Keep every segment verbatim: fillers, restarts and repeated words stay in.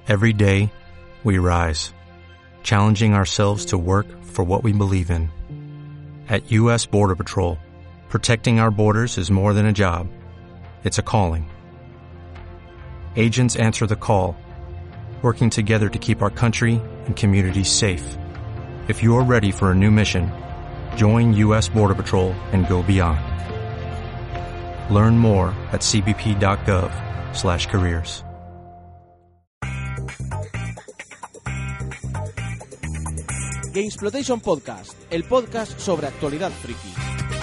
Every day, we rise, challenging ourselves to work for what we believe in. At U S Border Patrol, protecting our borders is more than a job. It's a calling. Agents answer the call, working together to keep our country and communities safe. If you're ready for a new mission, join U S Border Patrol and go beyond. Learn more at c b p dot gov slash careers. Gamesploitation Podcast, el podcast sobre actualidad friki.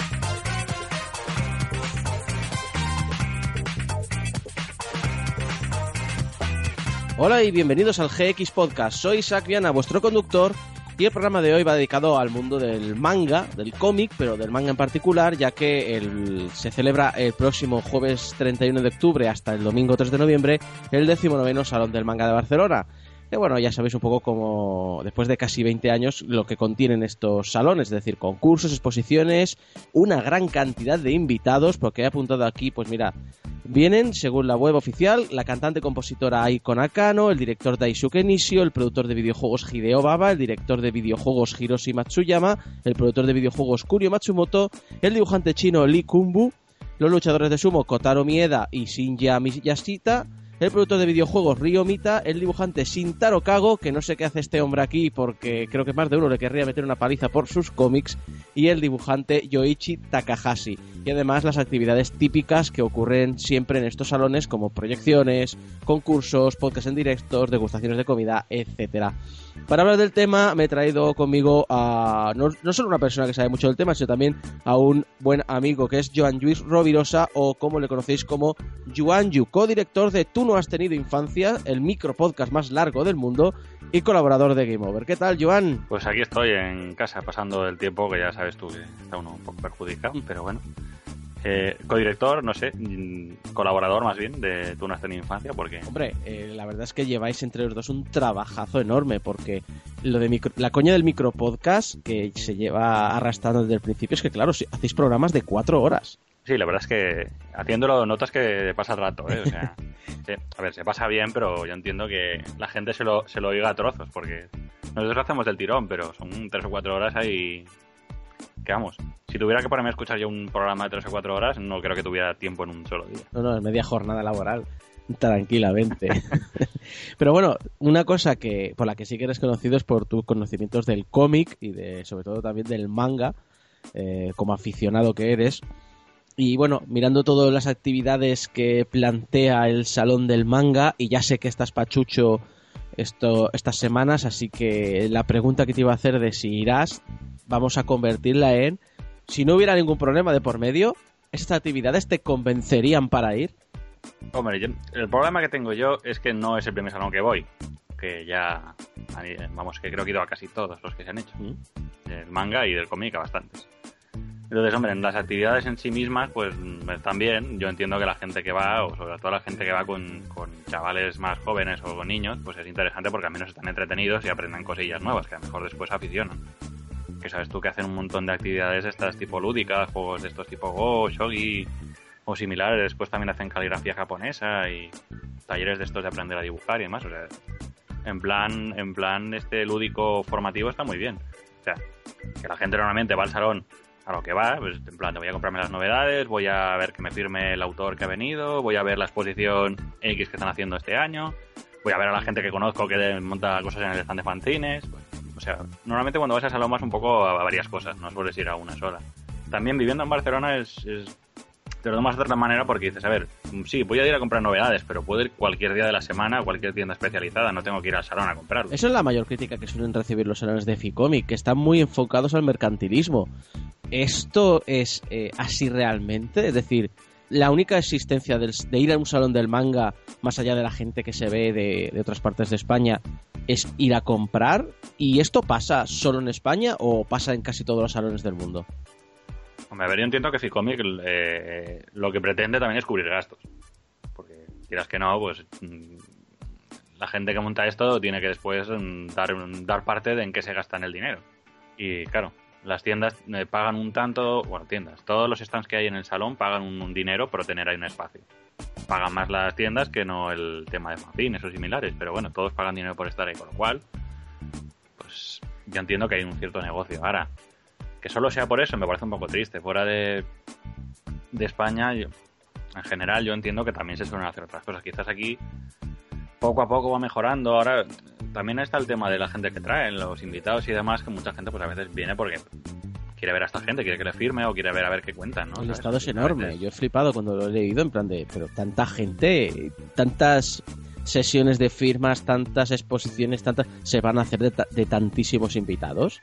Hola y bienvenidos al G X Podcast. Soy Isaac Viana, vuestro conductor, y el programa de hoy va dedicado al mundo del manga, del cómic, pero del manga en particular, ya que el, se celebra el próximo jueves treinta y uno de octubre hasta el domingo tres de noviembre el decimonoveno Salón del Manga de Barcelona. Y bueno, ya sabéis un poco como después de casi veinte años lo que contienen estos salones, es decir, concursos, exposiciones, una gran cantidad de invitados, porque he apuntado aquí, pues mira, vienen, según la web oficial, la cantante y compositora Aiko Nakano, el director Daisuke Nishio, el productor de videojuegos Hideo Baba, el director de videojuegos Hiroshi Matsuyama, el productor de videojuegos Kurio Matsumoto, el dibujante chino Lee Kumbu, los luchadores de sumo Kotaro Mieda y Shinya Miyashita, el productor de videojuegos Ryo Mita, el dibujante Shintaro Kago, que no sé qué hace este hombre aquí porque creo que más de uno le querría meter una paliza por sus cómics, y el dibujante Yoichi Takahashi. Y además las actividades típicas que ocurren siempre en estos salones, como proyecciones, concursos, podcasts en directos, degustaciones de comida, etcétera. Para hablar del tema me he traído conmigo a no, no solo una persona que sabe mucho del tema, sino también a un buen amigo que es Joan Lluís Rovirosa, o como le conocéis como Joanyu, codirector de Tú no has tenido infancia, el micro podcast más largo del mundo, y colaborador de Game Over. ¿Qué tal, Joan? Pues aquí estoy en casa pasando el tiempo, que ya sabes tú que está uno un poco perjudicado, pero bueno. Eh, codirector, no sé, colaborador más bien de Tú no has tenido infancia, porque... Hombre, eh, la verdad es que lleváis entre los dos un trabajazo enorme, porque lo de micro, la coña del micropodcast que se lleva arrastrando desde el principio es que, claro, si hacéis programas de cuatro horas. Sí, la verdad es que haciéndolo notas que pasa el rato, ¿eh? O sea, sí, a ver, se pasa bien, pero yo entiendo que la gente se lo, se lo oiga a trozos, porque nosotros hacemos del tirón, pero son tres o cuatro horas ahí... Que vamos, si tuviera que ponerme a escuchar yo un programa de tres o cuatro horas, no creo que tuviera tiempo en un solo día. No, no, es media jornada laboral, tranquilamente. Pero bueno, una cosa que por la que sí que eres conocido es por tus conocimientos del cómic y de sobre todo también del manga, eh, como aficionado que eres. Y bueno, mirando todas las actividades que plantea el Salón del Manga, y ya sé que estás pachucho esto, estas semanas, así que la pregunta que te iba a hacer de si irás, vamos a convertirla en, si no hubiera ningún problema de por medio, ¿estas actividades te convencerían para ir? Hombre, yo, el problema que tengo yo es que no es el primer salón que voy, que ya, vamos, que creo que he ido a casi todos los que se han hecho, ¿Mm? Del manga y del cómic a bastantes. Entonces, hombre, en las actividades en sí mismas, pues también yo entiendo que la gente que va, o sobre todo la gente que va con, con chavales más jóvenes o con niños, pues es interesante porque al menos están entretenidos y aprenden cosillas nuevas, que a lo mejor después aficionan. Que sabes tú que hacen un montón de actividades estas tipo lúdicas, juegos de estos tipo Go, Shogi o similares, después también hacen caligrafía japonesa y talleres de estos de aprender a dibujar y demás, o sea, en plan, en plan este lúdico formativo está muy bien. O sea, que la gente normalmente va al salón a lo que va, pues en plan, te voy a comprarme las novedades, voy a ver que me firme el autor que ha venido, voy a ver la exposición X que están haciendo este año, voy a ver a la gente que conozco que monta cosas en el stand de fanzines, pues, o sea, normalmente cuando vas a salón vas un poco a varias cosas, no sueles ir a una sola. También viviendo en Barcelona es, es te lo tomas de otra manera porque dices, a ver, sí, voy a ir a comprar novedades, pero puedo ir cualquier día de la semana a cualquier tienda especializada, no tengo que ir al salón a comprarlo. Eso es la mayor crítica que suelen recibir los salones de Ficomic, que están muy enfocados al mercantilismo. ¿Esto es eh, así realmente? Es decir, la única existencia del, de ir a un salón del manga, más allá de la gente que se ve de, de otras partes de España, es ir a comprar. ¿Y esto pasa solo en España o pasa en casi todos los salones del mundo? Hombre, a ver, yo entiendo que Ficomic eh, lo que pretende también es cubrir gastos. Porque quieras que no, pues la gente que monta esto tiene que después dar, dar parte de en qué se gasta en el dinero. Y claro, las tiendas eh, pagan un tanto, bueno, tiendas, todos los stands que hay en el salón pagan un, un dinero por tener ahí un espacio. pagan más las tiendas que no el tema de fanzines o similares, pero bueno, todos pagan dinero por estar ahí, con lo cual pues yo entiendo que hay un cierto negocio. Ahora, que solo sea por eso me parece un poco triste. Fuera de, de España, yo, en general yo entiendo que también se suelen hacer otras cosas. Quizás aquí poco a poco va mejorando. Ahora también está el tema de la gente que traen, los invitados y demás, que mucha gente pues a veces viene porque quiere ver a esta gente, quiere que le firme o quiere ver a ver qué cuentan, ¿no? El ¿Sabes? listado es enorme. Yo he flipado cuando lo he leído, en plan de, pero tanta gente, tantas sesiones de firmas, tantas exposiciones, tantas, se van a hacer de, ta- de tantísimos invitados.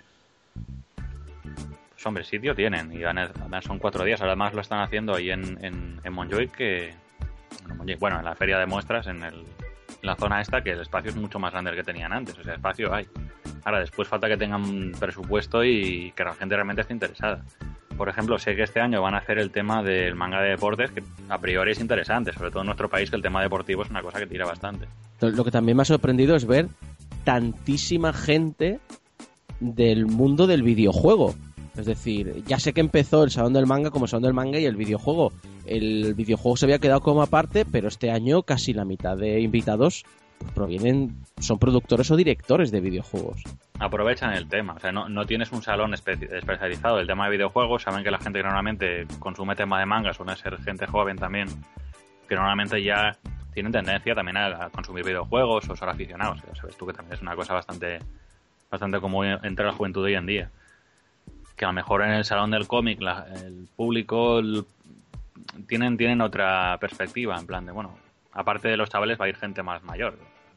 Pues hombre, sitio tienen, y van a- además son cuatro días. Además lo están haciendo ahí en, en, en Montjuic, que bueno, Montjuic, bueno, en la feria de muestras, en, el, en la zona esta, que el espacio es mucho más grande del que tenían antes. O sea, espacio hay. Ahora, después falta que tengan presupuesto y que la gente realmente esté interesada. Por ejemplo, sé que este año van a hacer el tema del manga de deportes, que a priori es interesante, sobre todo en nuestro país, que el tema deportivo es una cosa que tira bastante. Lo que también me ha sorprendido es ver tantísima gente del mundo del videojuego. Es decir, ya sé que empezó el Salón del Manga como Salón del Manga y el videojuego. El videojuego se había quedado como aparte, pero este año casi la mitad de invitados pues, provienen, son productores o directores de videojuegos. Aprovechan el tema, o sea, no, no tienes un salón espe- especializado del tema de videojuegos. Saben que la gente que normalmente consume tema de manga suele ser gente joven también, que normalmente ya tienen tendencia también a, a consumir videojuegos o ser aficionados. O sea, sabes tú que también es una cosa bastante bastante común entre la juventud de hoy en día, que a lo mejor en el salón del cómic la, el público el, tienen tienen otra perspectiva, en plan de, bueno, aparte de los chavales va a ir gente más mayor.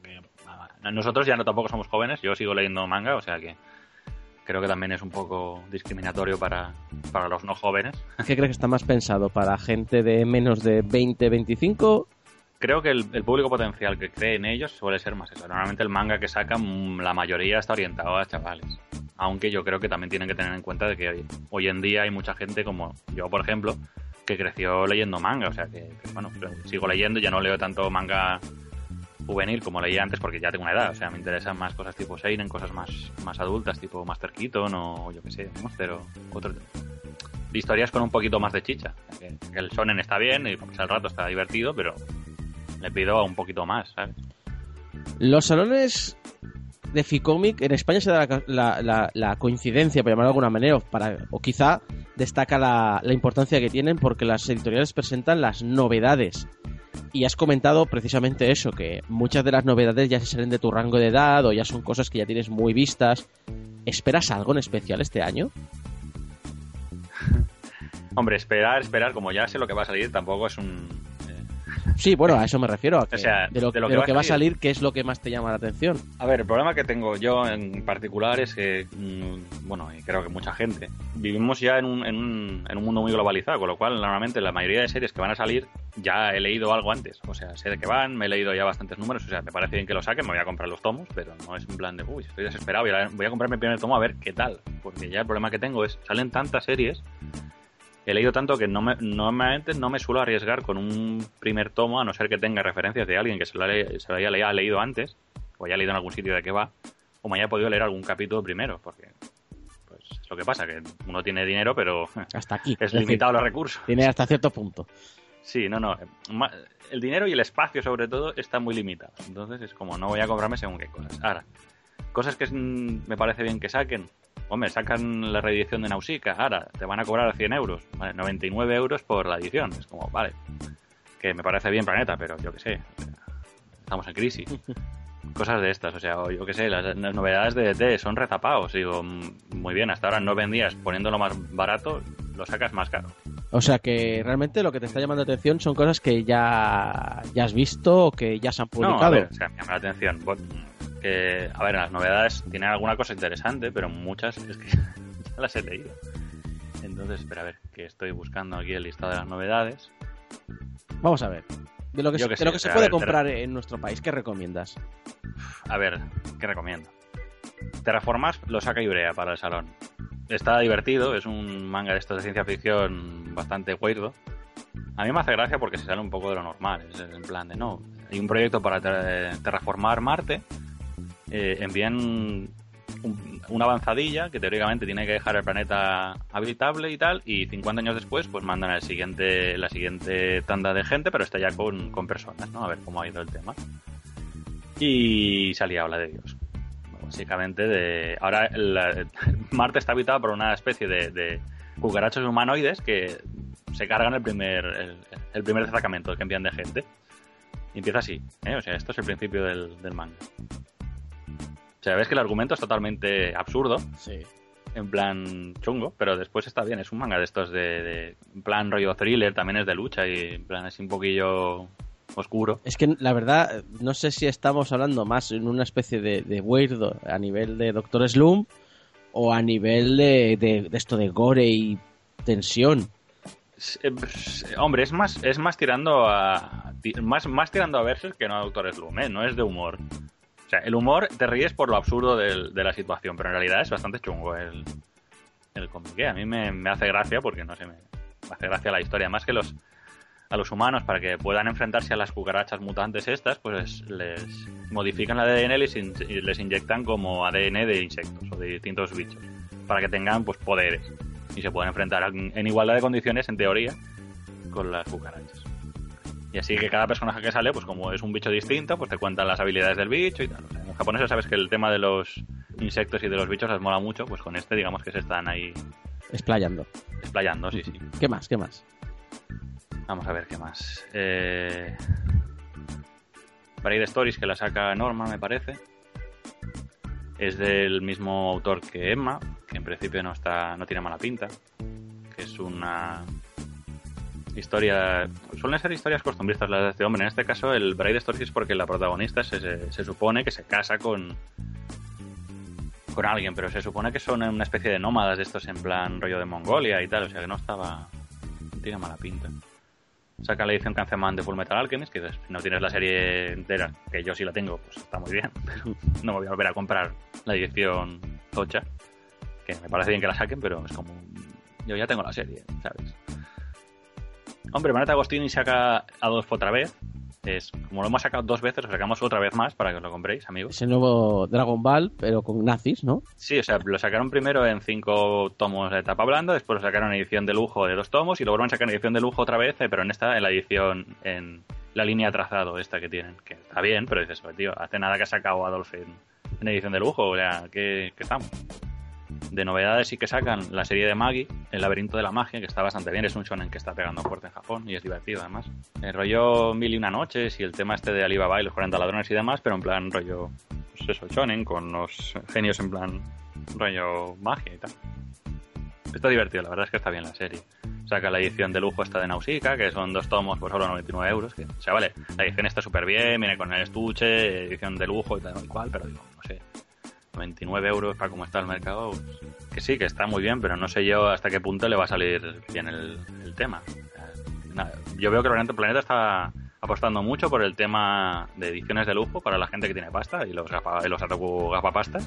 Nosotros ya no tampoco somos jóvenes, yo sigo leyendo manga, o sea que creo que también es un poco discriminatorio para, para los no jóvenes. ¿Qué crees que está más pensado? ¿Para gente de menos de veinte, veinticinco? Creo que el, el público potencial que cree en ellos suele ser más eso. Normalmente el manga que sacan, la mayoría está orientado a chavales. Aunque yo creo que también tienen que tener en cuenta de que hoy, hoy en día hay mucha gente como yo, por ejemplo, que creció leyendo manga. O sea que, que bueno, sigo leyendo, ya no leo tanto manga juvenil como leía antes porque ya tengo una edad. O sea, me interesan más cosas tipo seinen, cosas más, más adultas, tipo Master Keaton o yo qué sé, Monster o otro. Historias con un poquito más de chicha. Que, que el shonen está bien y al rato está divertido, pero le pido un poquito más, ¿sabes? Los salones de Ficomic en España se da la, la, la, la coincidencia, por llamarlo de alguna manera, o, para, o quizá destaca la, la importancia que tienen porque las editoriales presentan las novedades. Y has comentado precisamente eso, que muchas de las novedades ya se salen de tu rango de edad o ya son cosas que ya tienes muy vistas. ¿Esperas algo en especial este año? Hombre, esperar, esperar, como ya sé lo que va a salir, tampoco es un... Sí, bueno, a eso me refiero. A que, o sea, de lo, de lo de que, lo va, que a va a salir, ¿qué es lo que más te llama la atención? A ver, el problema que tengo yo en particular es que, mmm, bueno, y creo que mucha gente, vivimos ya en un, en, un, en un mundo muy globalizado, con lo cual normalmente la mayoría de series que van a salir ya he leído algo antes. O sea, sé de qué van, me he leído ya bastantes números, o sea, me parece bien que lo saquen, me voy a comprar los tomos, pero no es en plan de, uy, estoy desesperado, voy a, voy a comprarme el primer tomo a ver qué tal. Porque ya el problema que tengo es, salen tantas series... He leído tanto que no me, normalmente no me suelo arriesgar con un primer tomo, a no ser que tenga referencias de alguien que se lo, le, se lo haya, haya leído antes, o haya leído en algún sitio de qué va, o me haya podido leer algún capítulo primero, porque pues es lo que pasa, que uno tiene dinero, pero hasta aquí es, es limitado decir, los recursos. Tiene hasta cierto punto. Sí, no, no. El dinero y el espacio, sobre todo, están muy limitados. Entonces es como, no voy a comprarme según qué cosas. Ahora, cosas que es, me parece bien que saquen. Hombre, sacan la reedición de Nausicaa, ahora te van a cobrar cien euros, vale, noventa y nueve euros por la edición. Es como, vale, que me parece bien Planeta, pero yo qué sé, estamos en crisis. Cosas de estas, o sea, o yo qué sé, las, las novedades de E T son retapados. Digo, muy bien, hasta ahora no vendías poniéndolo más barato, lo sacas más caro. O sea que realmente lo que te está llamando la atención son cosas que ya, ya has visto o que ya se han publicado. No, a ver, o sea, me llama la atención. Que, a ver, las novedades tienen alguna cosa interesante, pero muchas es que ya las he leído. Entonces, espera, a ver, que estoy buscando aquí el listado de las novedades. Vamos a ver. De lo que, se, de sé, lo que o se sea, puede ver, comprar terra... en nuestro país, ¿qué recomiendas? A ver, ¿qué recomiendo? Terraformars lo saca Ibrea para el salón. Está divertido, es un manga de estos de ciencia ficción bastante weirdo. A mí me hace gracia porque se sale un poco de lo normal. Es en plan de, no, hay un proyecto para ter- terraformar Marte. Eh, envían un, una avanzadilla que teóricamente tiene que dejar el planeta habitable y tal, y cincuenta años después pues mandan el siguiente, la siguiente tanda de gente, pero está ya con, con personas, ¿no? A ver cómo ha ido el tema. Y salía habla de Dios. Básicamente de... Ahora la, Marte está habitado por una especie de, de cucarachos humanoides que se cargan el primer el, el primer destacamento que envían de gente. Y empieza así, ¿eh? O sea, esto es el principio del, del manga. O sea, ves que el argumento es totalmente absurdo. Sí. En plan chungo, pero después está bien. Es un manga de estos de, de en plan rollo thriller, también es de lucha y en plan así un poquillo oscuro. Es que la verdad, no sé si estamos hablando más en una especie de, de weirdo a nivel de Doctor Slump o a nivel de, de, de esto de gore y tensión. Eh, pues, hombre, es más es más tirando a más más tirando a versos que no a Doctor Slump, ¿eh? No es de humor. O sea, el humor te ríes por lo absurdo del, de la situación, pero en realidad es bastante chungo el el cómic. A mí me, me hace gracia porque no sé, me, me hace gracia la historia, más que los a los humanos para que puedan enfrentarse a las cucarachas mutantes estas, pues les modifican el A D N y les inyectan como A D N de insectos o de distintos bichos para que tengan pues poderes y se puedan enfrentar en igualdad de condiciones, en teoría, con las cucarachas. Y así que cada personaje que sale, pues como es un bicho distinto, pues te cuentan las habilidades del bicho y tal. O sea, en los japoneses sabes que el tema de los insectos y de los bichos les mola mucho, pues con este digamos que se están ahí... Explayando. Explayando, sí, sí. ¿Qué más? ¿Qué más? Vamos a ver qué más. Eh... Braid Stories, que la saca Norma, me parece. Es del mismo autor que Emma, que en principio no está, no tiene mala pinta. Que es una historia... Suelen ser historias costumbristas las de este hombre. En este caso, el Braid Stories es porque la protagonista se, se, se supone que se casa con... con alguien, pero se supone que son una especie de nómadas de estos en plan rollo de Mongolia y tal. O sea que no estaba... no tiene mala pinta. Saca la edición Kanzeman de Fullmetal Alchemist, que si no tienes la serie entera, que yo sí la tengo, pues está muy bien, pero no me voy a volver a comprar la edición tocha, que me parece bien que la saquen, pero es como... yo ya tengo la serie, ¿sabes? Hombre, Maneta Agostini saca Adolfo otra vez, es como lo hemos sacado dos veces, lo sacamos otra vez más para que os lo compréis, amigos. Es el nuevo Dragon Ball, pero con nazis, ¿no? Sí, o sea, lo sacaron primero en cinco tomos de tapa blanda, después lo sacaron en edición de lujo de dos tomos y luego van a sacar en edición de lujo otra vez, pero en esta, en la edición, en la línea trazado esta que tienen, que está bien, pero dices, pues, tío, hace nada que ha sacado Adolf en, en edición de lujo, o sea, ¿qué, qué estamos? De novedades sí que sacan la serie de Magi, El laberinto de la magia, que está bastante bien. Es un shonen que está pegando fuerte en Japón y es divertido además. El rollo Mil y una noches y el tema este de Alibaba y los cuarenta ladrones y demás, pero en plan rollo, pues eso, shonen, con los genios en plan rollo magia y tal. Está divertido, la verdad es que está bien la serie. Saca la edición de lujo esta de Nausicaa, que son dos tomos por solo noventa y nueve euros. Que, o sea, vale, la edición está súper bien, viene con el estuche, edición de lujo y tal y cual, pero digo, no sé... veintinueve euros para cómo está el mercado, pues, que sí, que está muy bien, pero no sé yo hasta qué punto le va a salir bien el, el tema. Nada, yo veo que el Planeta está apostando mucho por el tema de ediciones de lujo para la gente que tiene pasta y los, gafa, y los ataku gafapastas,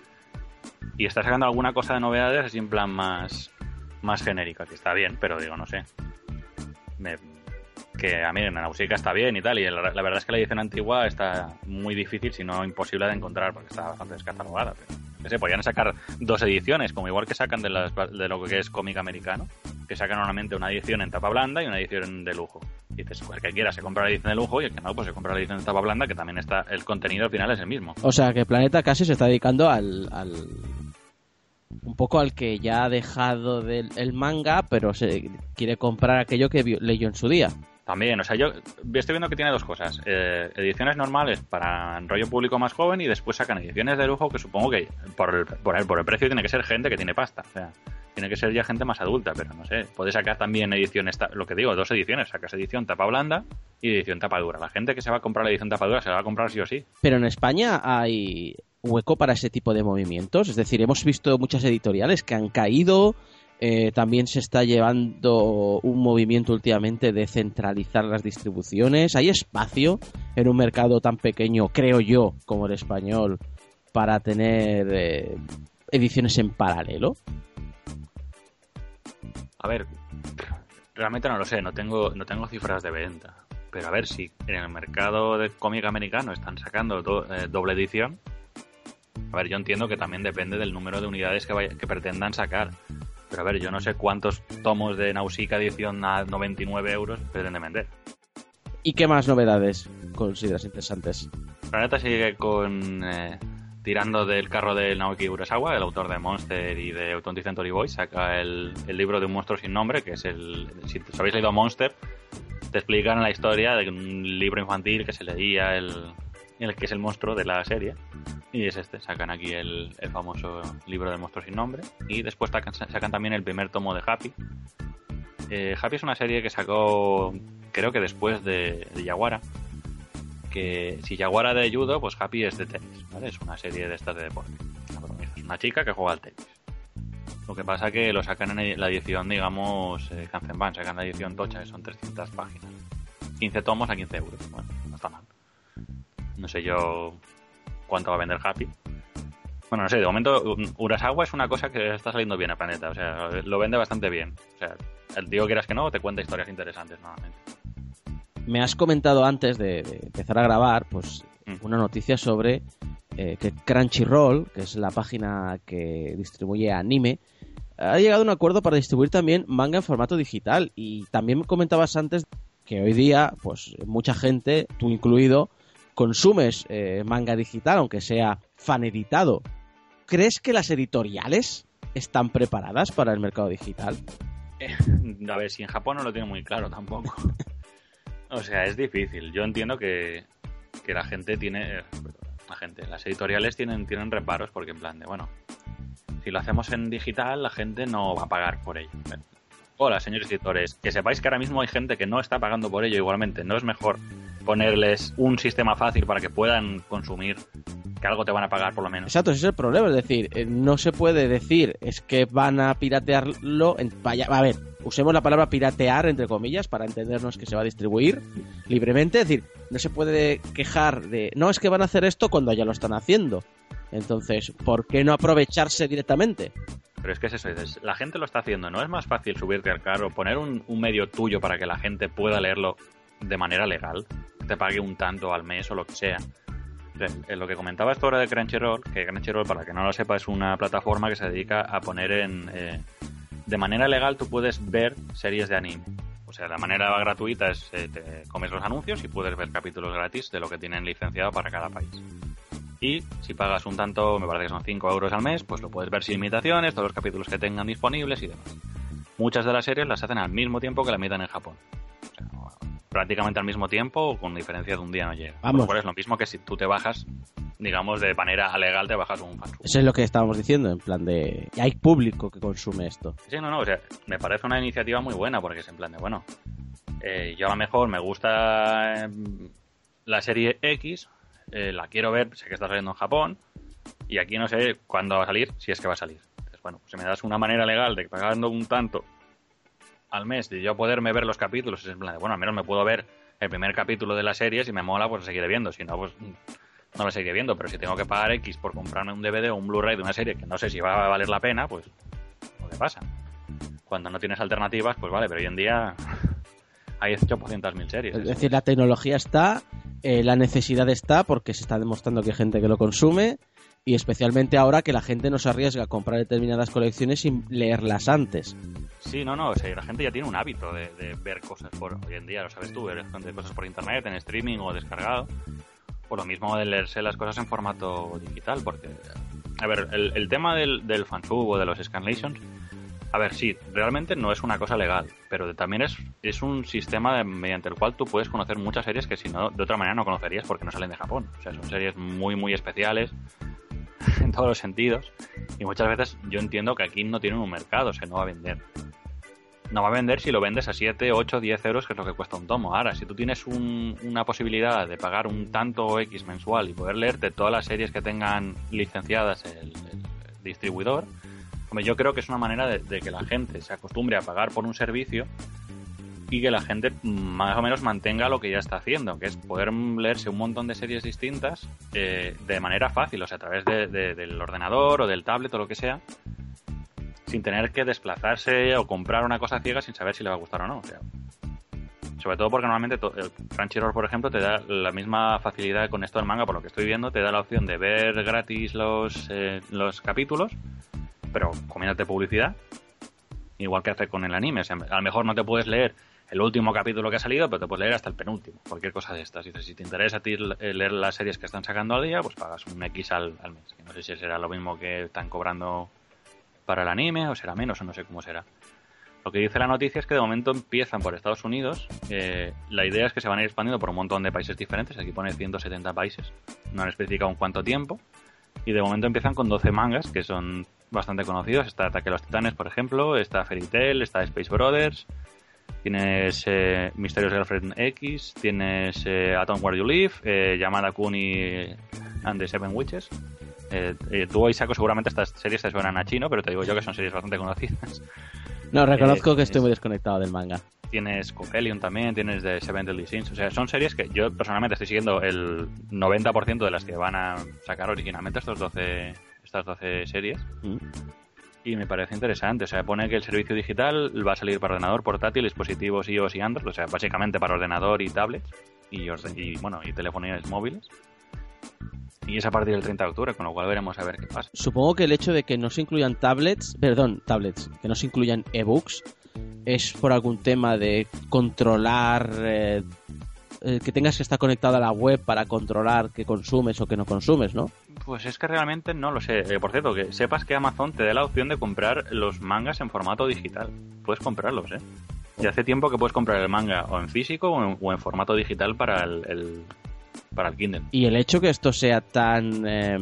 y está sacando alguna cosa de novedades así en plan más, más genérica, que está bien, pero digo, no sé. Me... que a mí en Nausicaa está bien y tal, y la, la verdad es que la edición antigua está muy difícil, si no imposible de encontrar, porque está bastante descatalogada, pero no sé, podrían sacar dos ediciones, como igual que sacan de, las, de lo que es cómic americano, que sacan normalmente una edición en tapa blanda y una edición de lujo. Y dices, pues el que quiera se compra la edición de lujo y el que no, pues se compra la edición de tapa blanda, que también está, el contenido al final es el mismo. O sea que Planeta casi se está dedicando al... al... un poco al que ya ha dejado del el manga, pero se quiere comprar aquello que vio, leyó en su día. También, o sea, yo estoy viendo que tiene dos cosas. Eh, ediciones normales para rollo público más joven y después sacan ediciones de lujo que supongo que por el, por el, por el precio tiene que ser gente que tiene pasta. O sea, tiene que ser ya gente más adulta, pero no sé. Puede sacar también ediciones, lo que digo, dos ediciones. Sacas edición tapa blanda y edición tapa dura. La gente que se va a comprar la edición tapa dura se la va a comprar sí o sí. Pero en España hay hueco para ese tipo de movimientos. Es decir, hemos visto muchas editoriales que han caído. Eh, también se está llevando un movimiento últimamente de centralizar las distribuciones. ¿Hay espacio en un mercado tan pequeño, creo yo, como el español, para tener eh, ediciones en paralelo? A ver, realmente no lo sé, no tengo, no tengo cifras de venta. Pero a ver, si en el mercado de cómic americano están sacando do, eh, doble edición, A ver, yo entiendo que también depende del número de unidades que, vaya, que pretendan sacar. Pero a ver, yo no sé cuántos tomos de Nausicaa edición a noventa y nueve euros pretenden vender. ¿Y qué más novedades consideras interesantes? Planeta sigue con eh, tirando del carro de Naoki Urasawa, el autor de Monster y de twentieth Century Boys. Saca el, el libro de un monstruo sin nombre, que es el... Si os habéis leído Monster, te explican la historia de un libro infantil que se leía el, el que es el monstruo de la serie. Y es este, sacan aquí el, el famoso libro del monstruo sin nombre. Y después sacan, sacan también el primer tomo de Happy. Eh, Happy es una serie que sacó, creo que después de, de Yaguara. Que si Yaguara de judo, pues Happy es de tenis, ¿vale? Es una serie de estas de deporte. Es una chica que juega al tenis. Lo que pasa que lo sacan en la edición, digamos, eh, Kanzenban, sacan la edición tocha, que son trescientas páginas. quince tomos a quince euros. Bueno, no está mal. No sé yo cuánto va a vender Happy. Bueno, no sé, de momento Urasawa es una cosa que está saliendo bien a Planeta, o sea, lo vende bastante bien. O sea, el tío, quieras que no, te cuenta historias interesantes normalmente. Me has comentado antes de, de empezar a grabar, pues, mm. una noticia sobre eh, que Crunchyroll, que es la página que distribuye anime, ha llegado a un acuerdo para distribuir también manga en formato digital. Y también comentabas antes que hoy día, pues, mucha gente, tú incluido, consumes eh, manga digital, aunque sea fan editado. ¿Crees que las editoriales están preparadas para el mercado digital? Eh, a ver, si en Japón no lo tiene muy claro tampoco. O sea, es difícil. Yo entiendo que, que la gente tiene... La gente, las editoriales tienen, tienen reparos porque en plan de, bueno, si lo hacemos en digital, la gente no va a pagar por ello. Hola, señores editores, que sepáis que ahora mismo hay gente que no está pagando por ello igualmente. ¿No es mejor ponerles un sistema fácil para que puedan consumir, que algo te van a pagar por lo menos? Exacto, ese es el problema. Es decir, no se puede decir es que van a piratearlo. En, vaya, a ver, usemos la palabra piratear, entre comillas, para entendernos que se va a distribuir libremente. Es decir, no se puede quejar de, no, es que van a hacer esto cuando ya lo están haciendo. Entonces, ¿por qué no aprovecharse directamente? Pero es que es eso, dices, la gente lo está haciendo. ¿No es más fácil subirte al carro, poner un, un medio tuyo para que la gente pueda leerlo de manera legal? Te pague un tanto al mes o lo que sea. En lo que comentaba esto ahora de Crunchyroll, que Crunchyroll, para que no lo sepa, es una plataforma que se dedica a poner en... Eh, de manera legal tú puedes ver series de anime. O sea, la manera gratuita es eh, te comes los anuncios y puedes ver capítulos gratis de lo que tienen licenciado para cada país. Y si pagas un tanto, me parece que son cinco euros al mes, pues lo puedes ver sin limitaciones, todos los capítulos que tengan disponibles y demás. Muchas de las series las hacen al mismo tiempo que la emiten en Japón. O sea, prácticamente al mismo tiempo o con diferencia de un día no llega. Vamos. Por lo cual es lo mismo que si tú te bajas, digamos, de manera legal te bajas un fansub. Eso es lo que estábamos diciendo, en plan de... Hay público que consume esto. Sí, no, no, o sea, me parece una iniciativa muy buena porque es en plan de, bueno, eh, yo a lo mejor me gusta eh, la serie X, eh, la quiero ver, sé que está saliendo en Japón y aquí no sé cuándo va a salir, si es que va a salir. Entonces, bueno, si me das una manera legal de pagando un tanto al mes de yo poderme ver los capítulos, es en plan de, bueno, al menos me puedo ver el primer capítulo de la serie, si me mola, pues lo seguiré viendo, si no, pues no lo seguiré viendo, pero si tengo que pagar X por comprarme un D V D o un Blu-ray de una serie que no sé si va a valer la pena, pues lo que pasa. Cuando no tienes alternativas, pues vale, pero hoy en día hay ochocientas mil series. Es decir, la tecnología está, eh, la necesidad está, porque se está demostrando que hay gente que lo consume, y especialmente ahora que la gente no se arriesga a comprar determinadas colecciones sin leerlas antes. Sí, no, no, o sea, la gente ya tiene un hábito de, de ver cosas por, hoy en día, lo sabes tú, ver cosas por internet, en streaming o descargado, o lo mismo de leerse las cosas en formato digital, porque, a ver, el, el tema del, del fansub o de los scanlations, a ver, sí, realmente no es una cosa legal, pero también es, es un sistema de, mediante el cual tú puedes conocer muchas series que si no, de otra manera no conocerías porque no salen de Japón. O sea, son series muy, muy especiales en todos los sentidos y muchas veces yo entiendo que aquí no tienen un mercado, o sea, no va a vender. No va a vender si lo vendes a siete, ocho, diez euros, que es lo que cuesta un tomo. Ahora, si tú tienes un, una posibilidad de pagar un tanto X mensual y poder leerte todas las series que tengan licenciadas el, el distribuidor, hombre, yo creo que es una manera de, de que la gente se acostumbre a pagar por un servicio y que la gente más o menos mantenga lo que ya está haciendo, que es poder leerse un montón de series distintas eh, de manera fácil, o sea, a través de, de, del ordenador o del tablet o lo que sea, sin tener que desplazarse o comprar una cosa ciega sin saber si le va a gustar o no. O sea, sobre todo porque normalmente to- el Crunchyroll, por ejemplo, te da la misma facilidad con esto del manga, por lo que estoy viendo, te da la opción de ver gratis los, eh, los capítulos, pero comiéndote publicidad, igual que hace con el anime. O sea, a lo mejor no te puedes leer el último capítulo que ha salido, pero te puedes leer hasta el penúltimo, cualquier cosa de estas. Y dices, si te interesa a ti leer las series que están sacando al día, pues pagas un X al, al mes. No sé si será lo mismo que están cobrando para el anime, o será menos, o no sé cómo será. Lo que dice la noticia es que de momento empiezan por Estados Unidos. Eh, la idea es que se van a ir expandiendo por un montón de países diferentes. Aquí pone ciento setenta países. No han especificado en cuánto tiempo. Y de momento empiezan con doce mangas, que son bastante conocidos. Está Ataque a los Titanes, por ejemplo. Está Fairy Tail, está Space Brothers. Tienes eh, Mysterious Girlfriend X. Tienes eh, Atom Where You Live. Eh, Yamada Kun y and the Seven Witches. Eh, eh, tú, Isako, seguramente estas series te suenan a chino, pero te digo yo que son series bastante conocidas. No, reconozco Eh, que estoy es- muy desconectado del manga. Tienes Copelion también, tienes The Seven Deadly Sins. O sea, son series que yo personalmente estoy siguiendo el noventa por ciento de las que van a sacar originalmente estos doce, estas doce series. Mm. Y me parece interesante. O sea, pone que el servicio digital va a salir para ordenador, portátil, dispositivos iOS y Android. O sea, básicamente para ordenador y tablets. Y, orde- y bueno, y telefonías móviles. Y es a partir del treinta de octubre, con lo cual veremos a ver qué pasa. Supongo que el hecho de que no se incluyan tablets, perdón, tablets, que no se incluyan ebooks, es por algún tema de controlar, eh, eh, que tengas que estar conectado a la web para controlar qué consumes o qué no consumes, ¿no? Pues es que realmente no lo sé. Eh, por cierto, que sepas que Amazon te da la opción de comprar los mangas en formato digital. Puedes comprarlos, ¿eh? Y hace tiempo que puedes comprar el manga o en físico o en, o en formato digital para el, el- para el Kindle. Y el hecho que esto sea tan eh,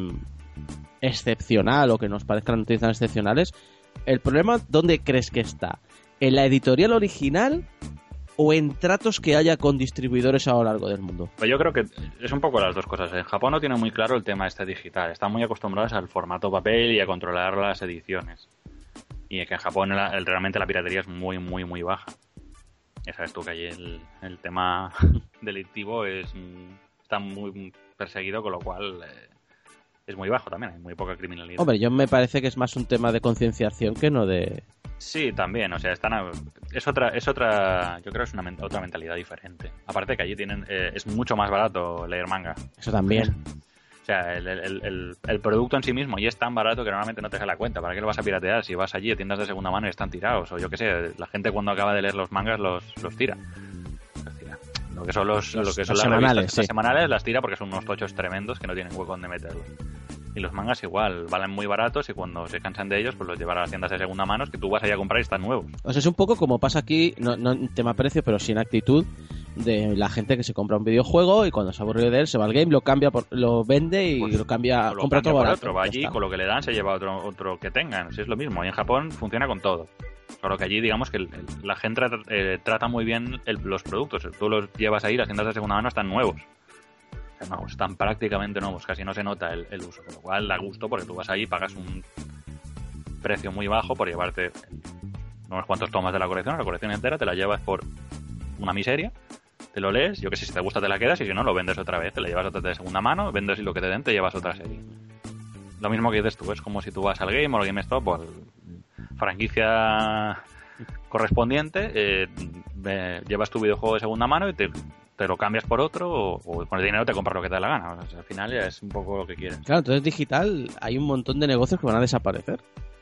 excepcional o que nos parezcan noticias excepcionales, ¿el problema dónde crees que está? ¿En la editorial original o en tratos que haya con distribuidores a lo largo del mundo? Pues yo creo que es un poco las dos cosas. En Japón no tiene muy claro el tema este digital. Están muy acostumbrados al formato papel y a controlar las ediciones. Y es que en Japón la- el- realmente la piratería es muy, muy, muy baja. Ya sabes tú que allí el, el tema delictivo es mm, está muy perseguido, con lo cual eh, es muy bajo también. Hay muy poca criminalidad. Hombre, yo me parece que es más un tema de concienciación que no de... Sí, también, o sea, están a- es otra, es otra, yo creo que es una men- otra mentalidad diferente. Aparte que allí tienen, eh, es mucho más barato leer manga. Eso también. O sea, el, el, el, el producto en sí mismo y es tan barato que normalmente no te da la cuenta. ¿Para qué lo vas a piratear si vas allí a tiendas de segunda mano y están tirados? O yo qué sé, la gente cuando acaba de leer los mangas los, los tira. Los tira. Lo que son los, Los- lo que son los las semanales, revistas sí. las semanales las tira porque son unos tochos tremendos que no tienen hueco donde meterlos. Y los mangas igual, valen muy baratos y cuando se cansan de ellos, pues los llevan a las tiendas de segunda mano, que tú vas allá a comprar y están nuevos. O sea, es un poco como pasa aquí, no, no en tema precio, pero sí en actitud, de la gente que se compra un videojuego y cuando se aburre de él se va al game, lo cambia, por, lo vende y Pues, lo cambia, o lo compra cambia otro por barato. otro, va Ya allí está. con lo que le dan se lleva otro otro que tengan, si es lo mismo. Y en Japón funciona con todo. Solo que allí digamos que el- el- la gente eh, trata muy bien el- los productos. Tú los llevas ahí, las tiendas de segunda mano están nuevos. O sea, no, están prácticamente nuevos, casi no se nota el, el uso. Con lo cual da gusto porque tú vas ahí y pagas un precio muy bajo por llevarte unos cuantos tomas de la colección, la colección entera, te la llevas por una miseria. Te lo lees, yo que sé, si te gusta te la quedas y si no lo vendes otra vez, te la llevas otra de segunda mano, vendes y lo que te den te llevas otra serie. Lo mismo que dices tú, es como si tú vas al Game o al GameStop o al franquicia correspondiente, eh, eh, llevas tu videojuego de segunda mano y te, te lo cambias por otro o, o con el dinero te compras lo que te da la gana. O sea, al final ya es un poco lo que quieres. Claro, entonces digital hay un montón de negocios que van a desaparecer.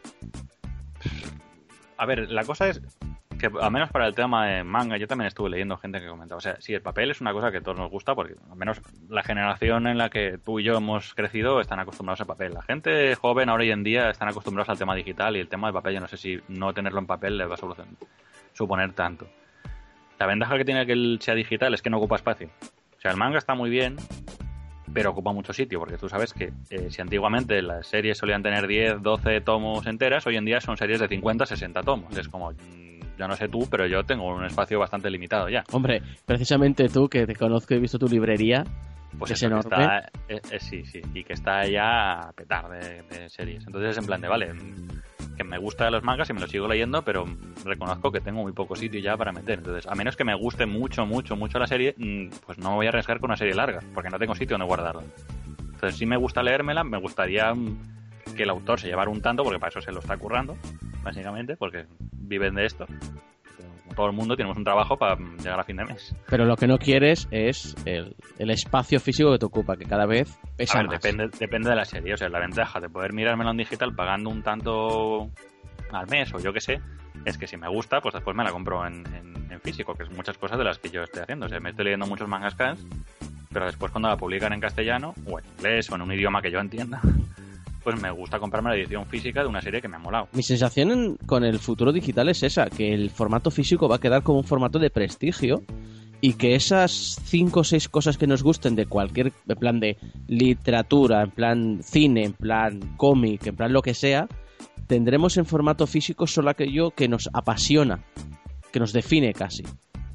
A ver, la cosa es que, al menos para el tema de manga, yo también estuve leyendo gente que comentaba. O sea, sí, el papel es una cosa que a todos nos gusta porque, al menos, la generación en la que tú y yo hemos crecido están acostumbrados al papel. La gente joven ahora hoy en día están acostumbrados al tema digital y el tema del papel, yo no sé si no tenerlo en papel les va a solucionar, suponer tanto. La ventaja que tiene que él sea digital es que no ocupa espacio. O sea, el manga está muy bien, pero ocupa mucho sitio, porque tú sabes que eh, si antiguamente las series solían tener diez, doce tomos enteras, hoy en día son series de cincuenta, sesenta tomos. Es como, mm, yo no sé tú, pero yo tengo un espacio bastante limitado ya. Hombre, precisamente tú, que te conozco y he visto tu librería, Pues es eso, que enorme. está, eh, eh, sí, sí, y que está ya a petar de, de series. Entonces es en plan de, vale, mm, que me gustan los mangas y me los sigo leyendo, pero reconozco que tengo muy poco sitio ya para meter. Entonces, a menos que me guste mucho, mucho, mucho la serie, mm, pues no me voy a arriesgar con una serie larga, porque no tengo sitio donde guardarla. Entonces, si me gusta leérmela, me gustaría mm, que el autor se llevara un tanto, porque para eso se lo está currando, básicamente, porque viven de esto. todo el mundo tenemos un trabajo para llegar a fin de mes. Pero lo que no quieres es el, el espacio físico que te ocupa, que cada vez pesa a ver, más. Depende, depende de la serie. O sea, la ventaja de poder mirármelo en digital pagando un tanto al mes o yo qué sé, es que si me gusta, pues después me la compro en, en, en físico, que es muchas cosas de las que yo estoy haciendo. O sea, me estoy leyendo muchos mangas cans, pero después cuando la publican en castellano o en inglés o en un idioma que yo entienda, pues me gusta comprarme la edición física de una serie que me ha molado. Mi sensación en, con el futuro digital es esa, que el formato físico va a quedar como un formato de prestigio y que esas cinco o seis cosas que nos gusten de cualquier, en plan de literatura, en plan cine, en plan cómic, en plan lo que sea, tendremos en formato físico solo aquello que nos apasiona, que nos define casi.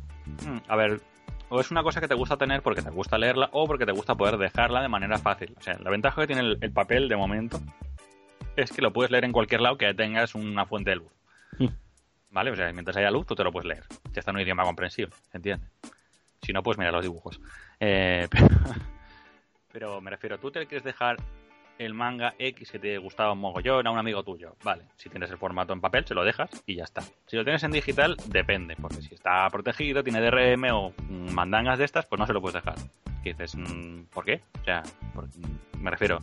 A ver, o es una cosa que te gusta tener porque te gusta leerla o porque te gusta poder dejarla de manera fácil. O sea, la ventaja que tiene el, el papel de momento es que lo puedes leer en cualquier lado que tengas una fuente de luz. Mm. ¿Vale? O sea, mientras haya luz, tú te lo puedes leer. Ya está en un idioma comprensible, ¿se entiende? Si no, pues mira los dibujos. Eh, pero, pero me refiero, tú te quieres dejar el manga X que te gustaba un mogollón a un amigo tuyo. Vale, si tienes el formato en papel, se lo dejas y ya está. Si lo tienes en digital, depende, porque si está protegido, tiene D R M o mandangas de estas, pues no se lo puedes dejar. ¿Qué dices? ¿Por qué? O sea, por, me refiero,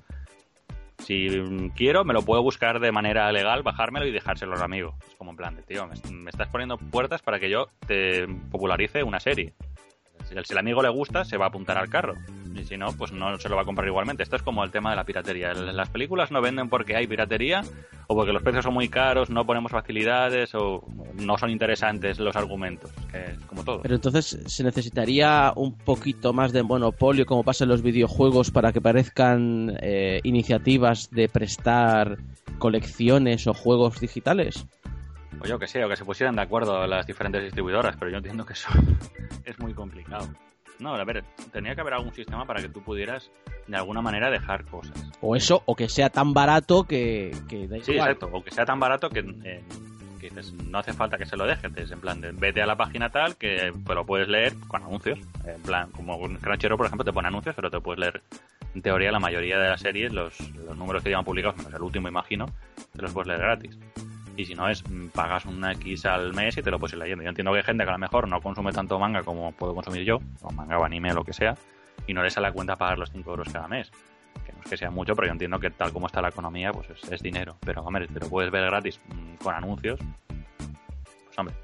si quiero, me lo puedo buscar de manera legal, bajármelo y dejárselo a un amigo. Es como en plan de, tío, me, me estás poniendo puertas para que yo te popularice una serie. Si el, si el amigo le gusta, se va a apuntar al carro. Y si no, pues no se lo va a comprar igualmente. Esto es como el tema de la piratería. Las películas no venden porque hay piratería o porque los precios son muy caros, no ponemos facilidades o no son interesantes los argumentos. Que es como todo. Pero entonces se necesitaría un poquito más de monopolio, como pasa en los videojuegos, para que parezcan eh, iniciativas de prestar colecciones o juegos digitales. O yo que sé, o que se pusieran de acuerdo las diferentes distribuidoras, pero yo entiendo que eso es muy complicado. No, a ver, tenía que haber algún sistema para que tú pudieras de alguna manera dejar cosas. O eso, o que sea tan barato que, que da igual. Sí, exacto, o que sea tan barato que, eh, que dices, no hace falta que se lo dejes. Es en plan, de, vete a la página tal que pues, lo puedes leer con anuncios. En plan, como Crunchyroll, por ejemplo, te pone anuncios, pero te puedes leer, en teoría, la mayoría de las series, los, los números que llevan publicados, menos el último, imagino, te los puedes leer gratis. Y si no es, pagas una X al mes y te lo puedes ir leyendo. Yo entiendo que hay gente que a lo mejor no consume tanto manga como puedo consumir yo, o manga o anime o lo que sea, y no les sale a cuenta pagar los cinco euros cada mes. Que no es que sea mucho, pero yo entiendo que tal como está la economía, pues es, es dinero. Pero, hombre, te lo puedes ver gratis mmm, con anuncios. Pues, hombre,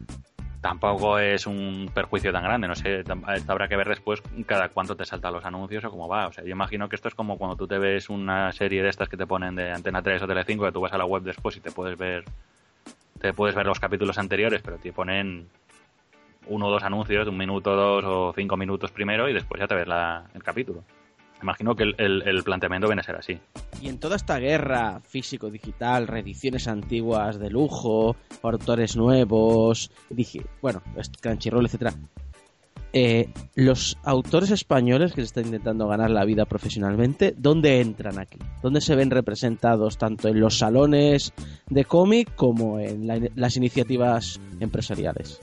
tampoco es un perjuicio tan grande. No sé, habrá que ver después cada cuánto te saltan los anuncios o cómo va. O sea, yo imagino que esto es como cuando tú te ves una serie de estas que te ponen de Antena tres o Telecinco, que tú vas a la web después y te puedes ver te puedes ver los capítulos anteriores, pero te ponen uno o dos anuncios de un minuto, dos o cinco minutos primero y después ya te ves la, el capítulo. Imagino que el, el, el planteamiento viene a ser así. Y en toda esta guerra físico-digital, reediciones antiguas de lujo, autores nuevos, dije, bueno, Crunchyroll, etcétera, eh, los autores españoles que se están intentando ganar la vida profesionalmente, ¿dónde entran aquí? ¿Dónde se ven representados tanto en los salones de cómic como en la, las iniciativas empresariales?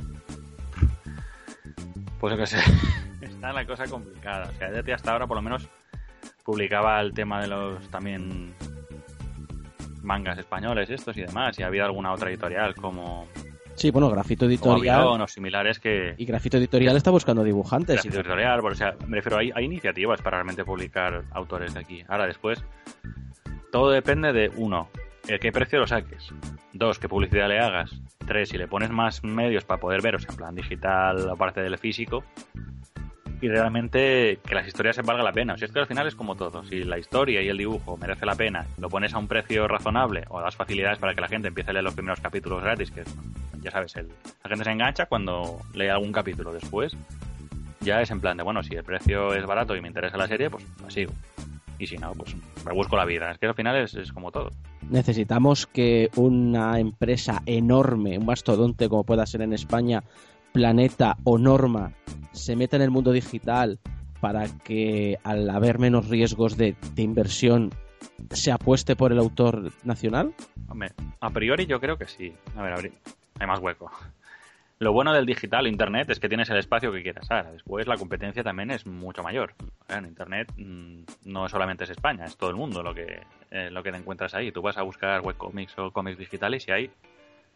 Pues yo qué sé. Está la cosa complicada. O sea, D T hasta ahora por lo menos publicaba el tema de los también mangas españoles estos y demás. Y había alguna otra editorial como... Sí, bueno, Grafito Editorial... O similares que... Y Grafito Editorial está buscando dibujantes. Grafito Editorial, o sea, me refiero, hay, hay iniciativas para realmente publicar autores de aquí. Ahora, después, todo depende de, uno, el qué precio lo saques. Dos, qué publicidad le hagas. Tres, si le pones más medios para poder ver, o sea, en plan digital, aparte del físico... Y realmente que las historias se valga la pena. O sea, es que al final es como todo. Si la historia y el dibujo merece la pena, lo pones a un precio razonable o das facilidades para que la gente empiece a leer los primeros capítulos gratis, que ya sabes, el, la gente se engancha cuando lee algún capítulo. Después ya es en plan de, bueno, si el precio es barato y me interesa la serie, pues la sigo. Y si no, pues me busco la vida. Es que al final es, es como todo. Necesitamos que una empresa enorme, un mastodonte como pueda ser en España, Planeta o Norma, se meta en el mundo digital para que al haber menos riesgos de, de inversión se apueste por el autor nacional? Hombre, a priori yo creo que sí. A ver, a ver, hay más hueco. Lo bueno del digital, internet, es que tienes el espacio que quieras. Ahora, después la competencia también es mucho mayor. En internet no solamente es España, es todo el mundo lo que, eh, lo que te encuentras ahí. Tú vas a buscar webcomics o cómics digitales y hay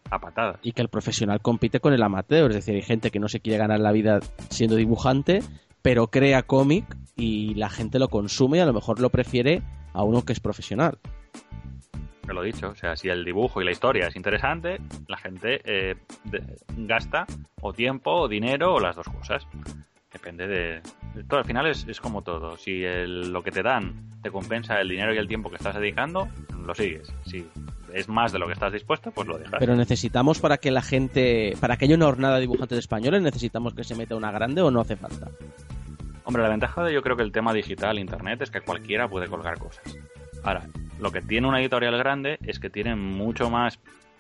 a patadas. Y que el profesional compite con el amateur, es decir, hay gente que no se quiere ganar la vida siendo dibujante, pero crea cómic y la gente lo consume y a lo mejor lo prefiere a uno que es profesional. Te lo he dicho, o sea, si el dibujo y la historia es interesante, la gente eh, de, gasta o tiempo o dinero o las dos cosas. Depende de... Todo, al final es, es como todo. Si el, lo que te dan te compensa el dinero y el tiempo que estás dedicando, lo sigues. Si es más de lo que estás dispuesto, pues lo dejas. Pero necesitamos para que la gente... Para que haya una jornada de dibujantes españoles, ¿necesitamos que se meta una grande o no hace falta? Hombre, la ventaja de yo creo que el tema digital, internet, es que cualquiera puede colgar cosas. Ahora, lo que tiene una editorial grande es que tiene mucho más...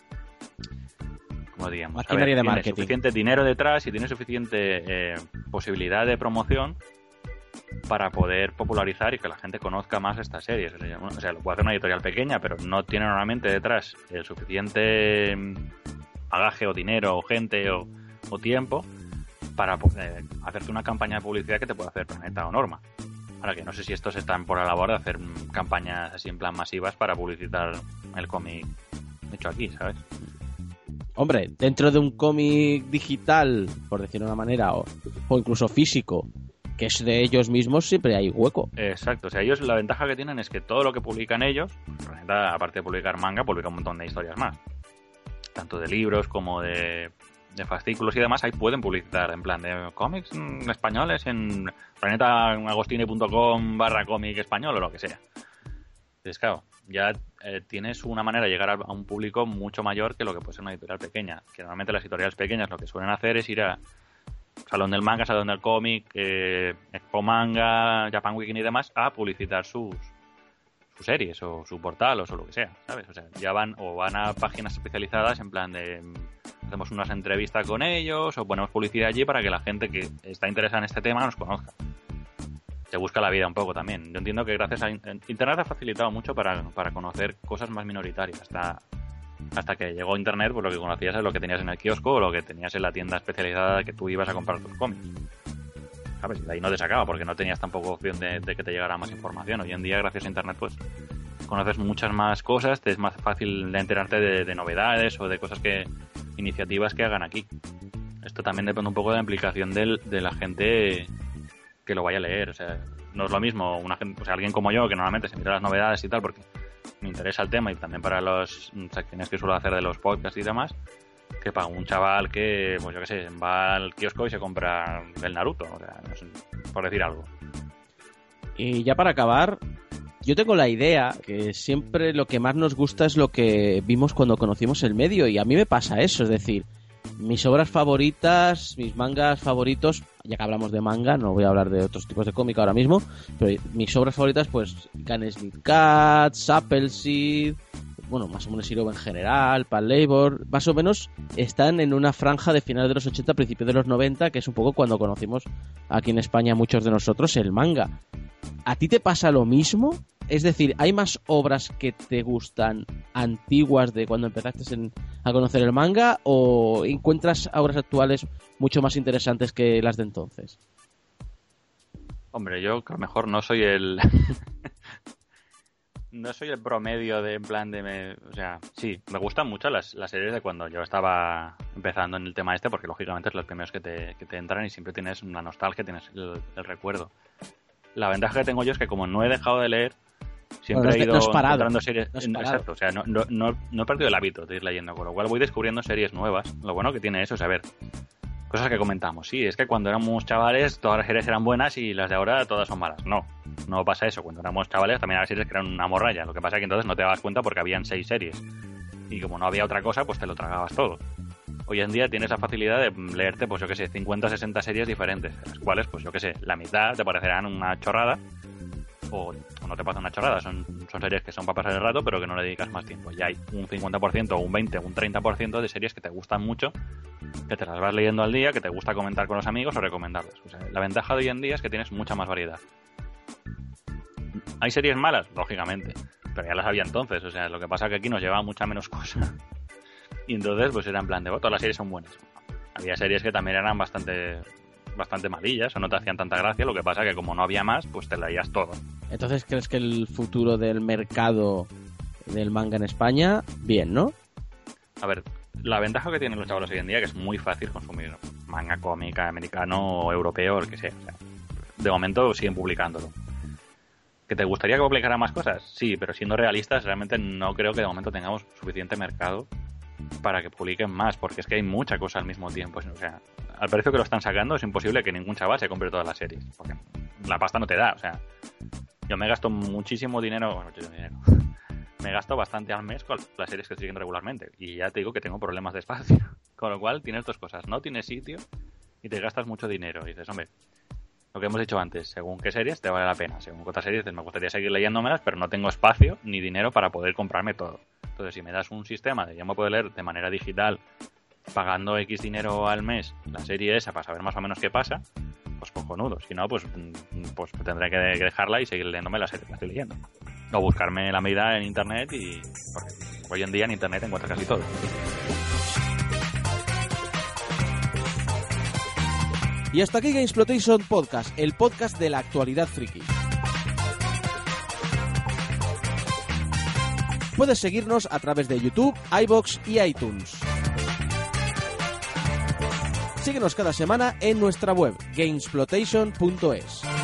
como digamos, a ver, de tiene marketing. Suficiente dinero detrás y tiene suficiente eh, posibilidad de promoción para poder popularizar y que la gente conozca más estas series. O sea, lo puede hacer una editorial pequeña, pero no tiene normalmente detrás el suficiente bagaje o dinero o gente o, o tiempo para eh, hacerte una campaña de publicidad que te pueda hacer Planeta o Norma. Ahora que no sé si estos están por la labor de hacer campañas así en plan masivas para publicitar el cómic hecho aquí, ¿sabes? Hombre, dentro de un cómic digital, por decirlo de una manera, o, o incluso físico, que es de ellos mismos, siempre hay hueco. Exacto, o sea, ellos la ventaja que tienen es que todo lo que publican ellos, Planeta, aparte de publicar manga, publica un montón de historias más. Tanto de libros como de, de fascículos y demás, ahí pueden publicitar en plan de cómics españoles en planetaagostini punto com barra cómic español o lo que sea. Entonces, claro, ya eh, tienes una manera de llegar a, a un público mucho mayor que lo que puede ser una editorial pequeña. Que normalmente las editoriales pequeñas lo que suelen hacer es ir a Salón del Manga, Salón del Cómic, eh, Expo Manga, Japan Weekend y demás a publicitar sus, sus series o su portal o lo que sea, ¿sabes? O sea, ya van o van a páginas especializadas en plan de hacemos unas entrevistas con ellos o ponemos publicidad allí para que la gente que está interesada en este tema nos conozca. Se busca la vida un poco también. Yo entiendo que gracias a Internet ha facilitado mucho para, para conocer cosas más minoritarias. Hasta, hasta que llegó Internet, pues lo que conocías es lo que tenías en el kiosco o lo que tenías en la tienda especializada que tú ibas a comprar tus cómics. ¿Sabes? Y de ahí no te sacaba porque no tenías tampoco opción de, de que te llegara más información. Hoy en día, gracias a Internet, pues conoces muchas más cosas, te es más fácil de enterarte de, de novedades o de cosas que iniciativas que hagan aquí. Esto también depende un poco de la implicación del, de la gente que lo vaya a leer. O sea, no es lo mismo una gente, o sea, alguien como yo que normalmente se mira las novedades y tal porque me interesa el tema y también para las secciones que suelo hacer de los podcasts y demás, que para un chaval que, pues yo qué sé, va al kiosco y se compra el Naruto, o sea, no sé, por decir algo. Y ya para acabar, yo tengo la idea que siempre lo que más nos gusta es lo que vimos cuando conocimos el medio, y a mí me pasa eso, es decir, mis obras favoritas, mis mangas favoritos, ya que hablamos de manga, no voy a hablar de otros tipos de cómic ahora mismo, pero mis obras favoritas, pues Ganesmith Cats, Appleseed, bueno, más o menos Hero en general, Pal Labor, más o menos están en una franja de finales de los ochenta, principios de los noventa, que es un poco cuando conocimos aquí en España muchos de nosotros el manga. ¿A ti te pasa lo mismo? Es decir, ¿hay más obras que te gustan antiguas de cuando empezaste en, a conocer el manga, o encuentras obras actuales mucho más interesantes que las de entonces? Hombre, yo que a lo mejor no soy el... no soy el promedio de en plan de... Me... O sea, sí, me gustan mucho las, las series de cuando yo estaba empezando en el tema este, porque lógicamente es los primeros que te, que te entran y siempre tienes una nostalgia, tienes el, el recuerdo. La ventaja que tengo yo es que como no he dejado de leer, siempre bueno, he ido no encontrando series... No Exacto, o sea, no, no, no, no he perdido el hábito de ir leyendo, con lo cual voy descubriendo series nuevas. Lo bueno que tiene eso es, a ver, cosas que comentamos. Sí, es que cuando éramos chavales todas las series eran buenas y las de ahora todas son malas. No, no pasa eso. Cuando éramos chavales también había series que eran una morralla. Lo que pasa es que entonces no te dabas cuenta porque habían seis series. Y como no había otra cosa, pues te lo tragabas todo. Hoy en día tienes la facilidad de leerte, pues yo que sé, cincuenta, sesenta series diferentes, de las cuales, pues yo que sé, la mitad te parecerán una chorrada, o, o no te pasa una chorrada, son, son series que son para pasar el rato, pero que no le dedicas más tiempo. Y hay un cincuenta por ciento, un veinte por ciento, un treinta por ciento de series que te gustan mucho, que te las vas leyendo al día, que te gusta comentar con los amigos o recomendarlas. O sea, la ventaja de hoy en día es que tienes mucha más variedad. ¿Hay series malas? Lógicamente, pero ya las había entonces. O sea, lo que pasa es que aquí nos llevaba mucha menos cosa. Y entonces, pues era en plan de, oh, todas las series son buenas. Había series que también eran bastante bastante malillas o no te hacían tanta gracia. Lo que pasa es que como no había más, pues te leías todo. Entonces, ¿crees que el futuro del mercado del manga en España, bien, no? A ver, la ventaja que tienen los chavales hoy en día es que es muy fácil consumir manga, cómic, americano, europeo, el que sea. O sea, de momento siguen publicándolo. ¿Que te gustaría que publicara más cosas? Sí, pero siendo realistas, realmente no creo que de momento tengamos suficiente mercado para que publiquen más, porque es que hay mucha cosa al mismo tiempo. O sea, al precio que lo están sacando es imposible que ningún chaval se compre todas las series, porque la pasta no te da. O sea, yo me gasto muchísimo dinero, bueno, muchísimo dinero. Me gasto bastante al mes con las series que siguen regularmente, y ya te digo que tengo problemas de espacio. Con lo cual tienes dos cosas: no tienes sitio y te gastas mucho dinero. Y dices, hombre, lo que hemos dicho antes, según qué series te vale la pena, según qué otras series me gustaría seguir leyéndomelas, pero no tengo espacio ni dinero para poder comprarme todo. Entonces, si me das un sistema de yo me puedo leer de manera digital, pagando X dinero al mes la serie esa para saber más o menos qué pasa, pues cojonudo. Si no, pues, pues tendré que dejarla y seguir leyéndome la serie que estoy leyendo. O buscarme la medida en internet, y porque hoy en día en internet encuentras casi todo. Y hasta aquí Gamesploitation Podcast, el podcast de la actualidad friki. Puedes seguirnos a través de YouTube, iVoox y iTunes. Síguenos cada semana en nuestra web, gamesploitation punto es.